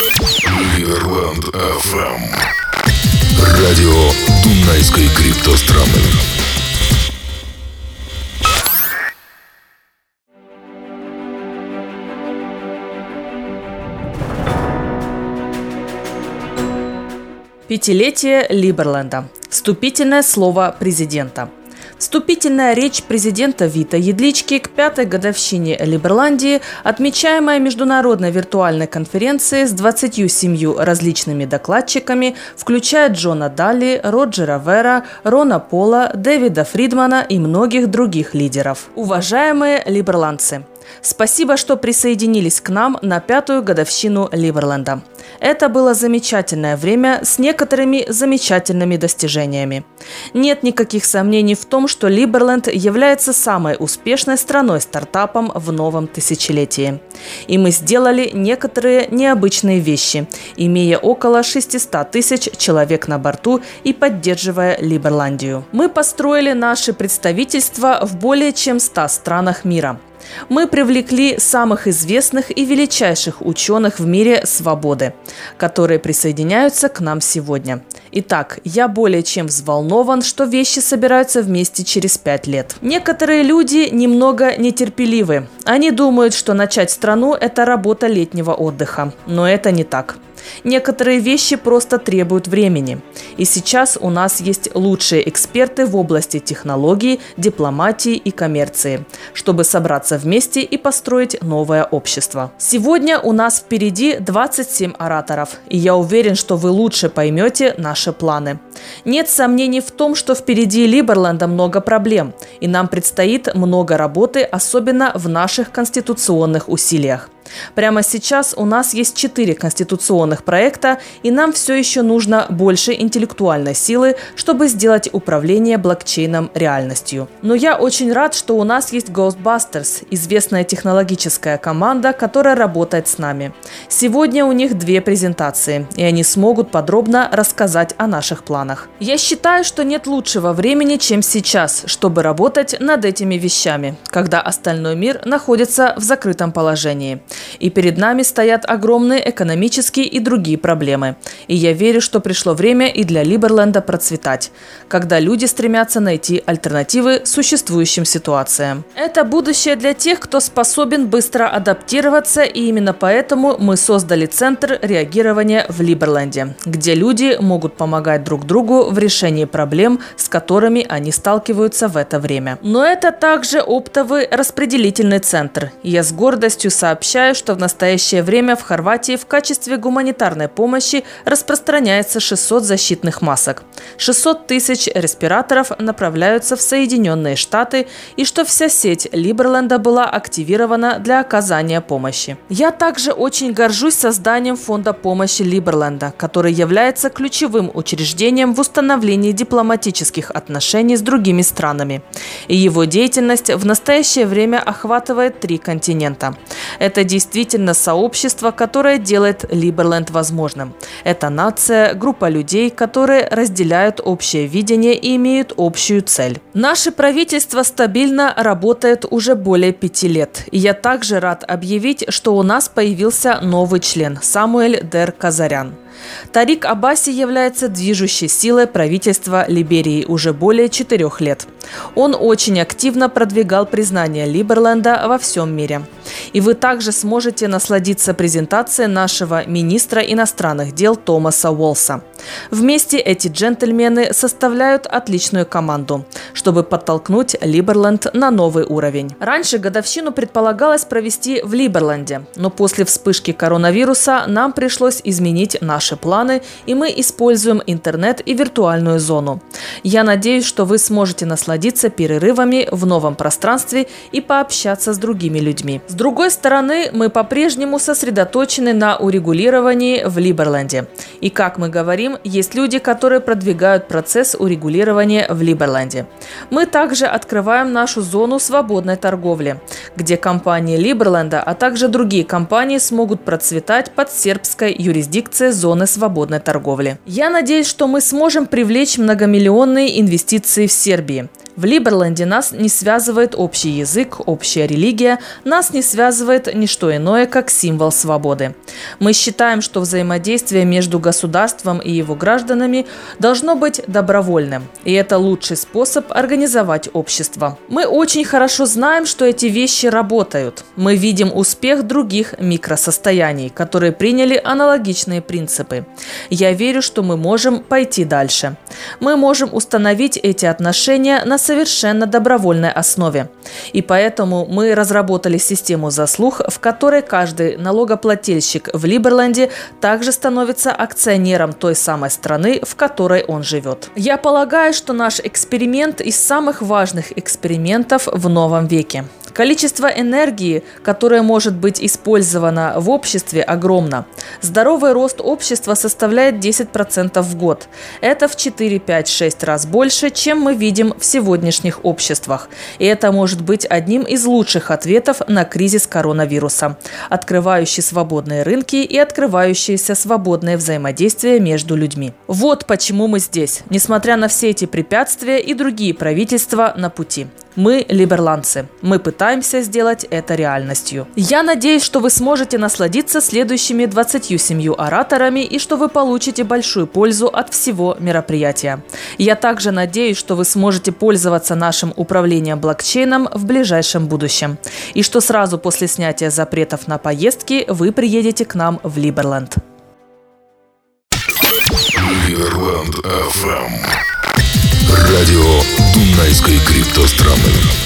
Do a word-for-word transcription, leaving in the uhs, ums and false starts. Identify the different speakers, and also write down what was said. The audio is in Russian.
Speaker 1: Либерленд эф эм. Радио Дунайской криптостраны.
Speaker 2: Пятилетие Либерленда. Вступительное слово президента. Вступительная речь президента Вита Едлички к пятой годовщине Либерландии, отмечаемая международной виртуальной конференцией с двадцатью семью различными докладчиками, включая Джона Далли, Роджера Вера, Рона Пола, Дэвида Фридмана и многих других лидеров. Уважаемые либерландцы! Спасибо, что присоединились к нам на пятую годовщину Либерленда. Это было замечательное время с некоторыми замечательными достижениями. Нет никаких сомнений в том, что Либерленд является самой успешной страной-стартапом в новом тысячелетии. И мы сделали некоторые необычные вещи, имея около шестьсот тысяч человек на борту и поддерживая Либерландию. Мы построили наши представительства в более чем ста странах мира. Мы привлекли самых известных и величайших ученых в мире свободы, которые присоединяются к нам сегодня. Итак, я более чем взволнован, что вещи собираются вместе через пять лет. Некоторые люди немного нетерпеливы. Они думают, что начать страну – это работа летнего отдыха. Но это не так. Некоторые вещи просто требуют времени. И сейчас у нас есть лучшие эксперты в области технологий, дипломатии и коммерции, чтобы собраться вместе и построить новое общество. Сегодня у нас впереди двадцать семь ораторов, и я уверен, что вы лучше поймете наши планы. Нет сомнений в том, что впереди Либерленда много проблем, и нам предстоит много работы, особенно в наших конституционных усилиях. Прямо сейчас у нас есть четыре конституционных проекта, и нам все еще нужно больше интеллектуальной силы, чтобы сделать управление блокчейном реальностью. Но я очень рад, что у нас есть Ghostbusters, известная технологическая команда, которая работает с нами. Сегодня у них две презентации, и они смогут подробно рассказать о наших планах. Я считаю, что нет лучшего времени, чем сейчас, чтобы работать над этими вещами, когда остальной мир находится в закрытом положении. И перед нами стоят огромные экономические и другие проблемы. И я верю, что пришло время и для Либерленда процветать, когда люди стремятся найти альтернативы существующим ситуациям. Это будущее для тех, кто способен быстро адаптироваться, и именно поэтому мы создали Центр реагирования в Либерленде, где люди могут помогать друг другу в решении проблем, с которыми они сталкиваются в это время. Но это также оптовый распределительный центр. И я с гордостью сообщаю, что в настоящее время в Хорватии в качестве гуманитарной помощи распространяется шестьсот защитных масок. шестьсот тысяч респираторов направляются в Соединенные Штаты, и что вся сеть Либерленда была активирована для оказания помощи. Я также очень горжусь созданием фонда помощи Либерленда, который является ключевым учреждением в установлении дипломатических отношений с другими странами. И его деятельность в настоящее время охватывает три континента. Это действительно сообщество, которое делает Либерленд возможным. Это нация, группа людей, которые разделяют общее видение и имеют общую цель. Наше правительство стабильно работает уже более пяти лет. И я также рад объявить, что у нас появился новый член – Самуэль Дер Казарян. Тарик Аббаси является движущей силой правительства Либерии уже более четырех лет. Он очень активно продвигал признание Либерленда во всем мире. И вы также сможете насладиться презентацией нашего министра иностранных дел Томаса Уолса. Вместе эти джентльмены составляют отличную команду, чтобы подтолкнуть Либерленд на новый уровень. Раньше годовщину предполагалось провести в Либерленде, но после вспышки коронавируса нам пришлось изменить наши планы, и мы используем интернет и виртуальную зону. Я надеюсь, что вы сможете насладиться перерывами в новом пространстве и пообщаться с другими людьми. С другой стороны, мы по-прежнему сосредоточены на урегулировании в Либерленде. И, как мы говорим, есть люди, которые продвигают процесс урегулирования в Либерленде. Мы также открываем нашу зону свободной торговли, где компании Либерленда, а также другие компании смогут процветать под сербской юрисдикцией зоны свободной торговли. Я надеюсь, что мы сможем привлечь многомиллионные инвестиции в Сербии. В Либерленде нас не связывает общий язык, общая религия, нас не связывает ничто иное, как символ свободы. Мы считаем, что взаимодействие между государством и его гражданами должно быть добровольным, и это лучший способ организовать общество. Мы очень хорошо знаем, что эти вещи работают. Мы видим успех других микросостояний, которые приняли аналогичные принципы. Я верю, что мы можем пойти дальше. Мы можем установить эти отношения на совершенно добровольной основе. И поэтому мы разработали систему заслуг, в которой каждый налогоплательщик в Либерленде также становится акционером той самой страны, в которой он живет. Я полагаю, что наш эксперимент из самых важных экспериментов в новом веке. Количество энергии, которое может быть использовано в обществе, огромно. Здоровый рост общества составляет десять процентов в год. Это в четыре, пять, шесть раз больше, чем мы видим в сегодняшних обществах. И это может быть одним из лучших ответов на кризис коронавируса, открывающий свободные рынки и открывающиеся свободное взаимодействие между людьми. Вот почему мы здесь, несмотря на все эти препятствия и другие правительства на пути. Мы либерландцы. Мы пытаемся сделать это реальностью. Я надеюсь, что вы сможете насладиться следующими двадцатью семью ораторами и что вы получите большую пользу от всего мероприятия. Я также надеюсь, что вы сможете пользоваться нашим управлением блокчейном в ближайшем будущем. И что сразу после снятия запретов на поездки вы приедете к нам в Либерленд.
Speaker 1: Либерленд эф эм. Радио Дунайской криптостраны.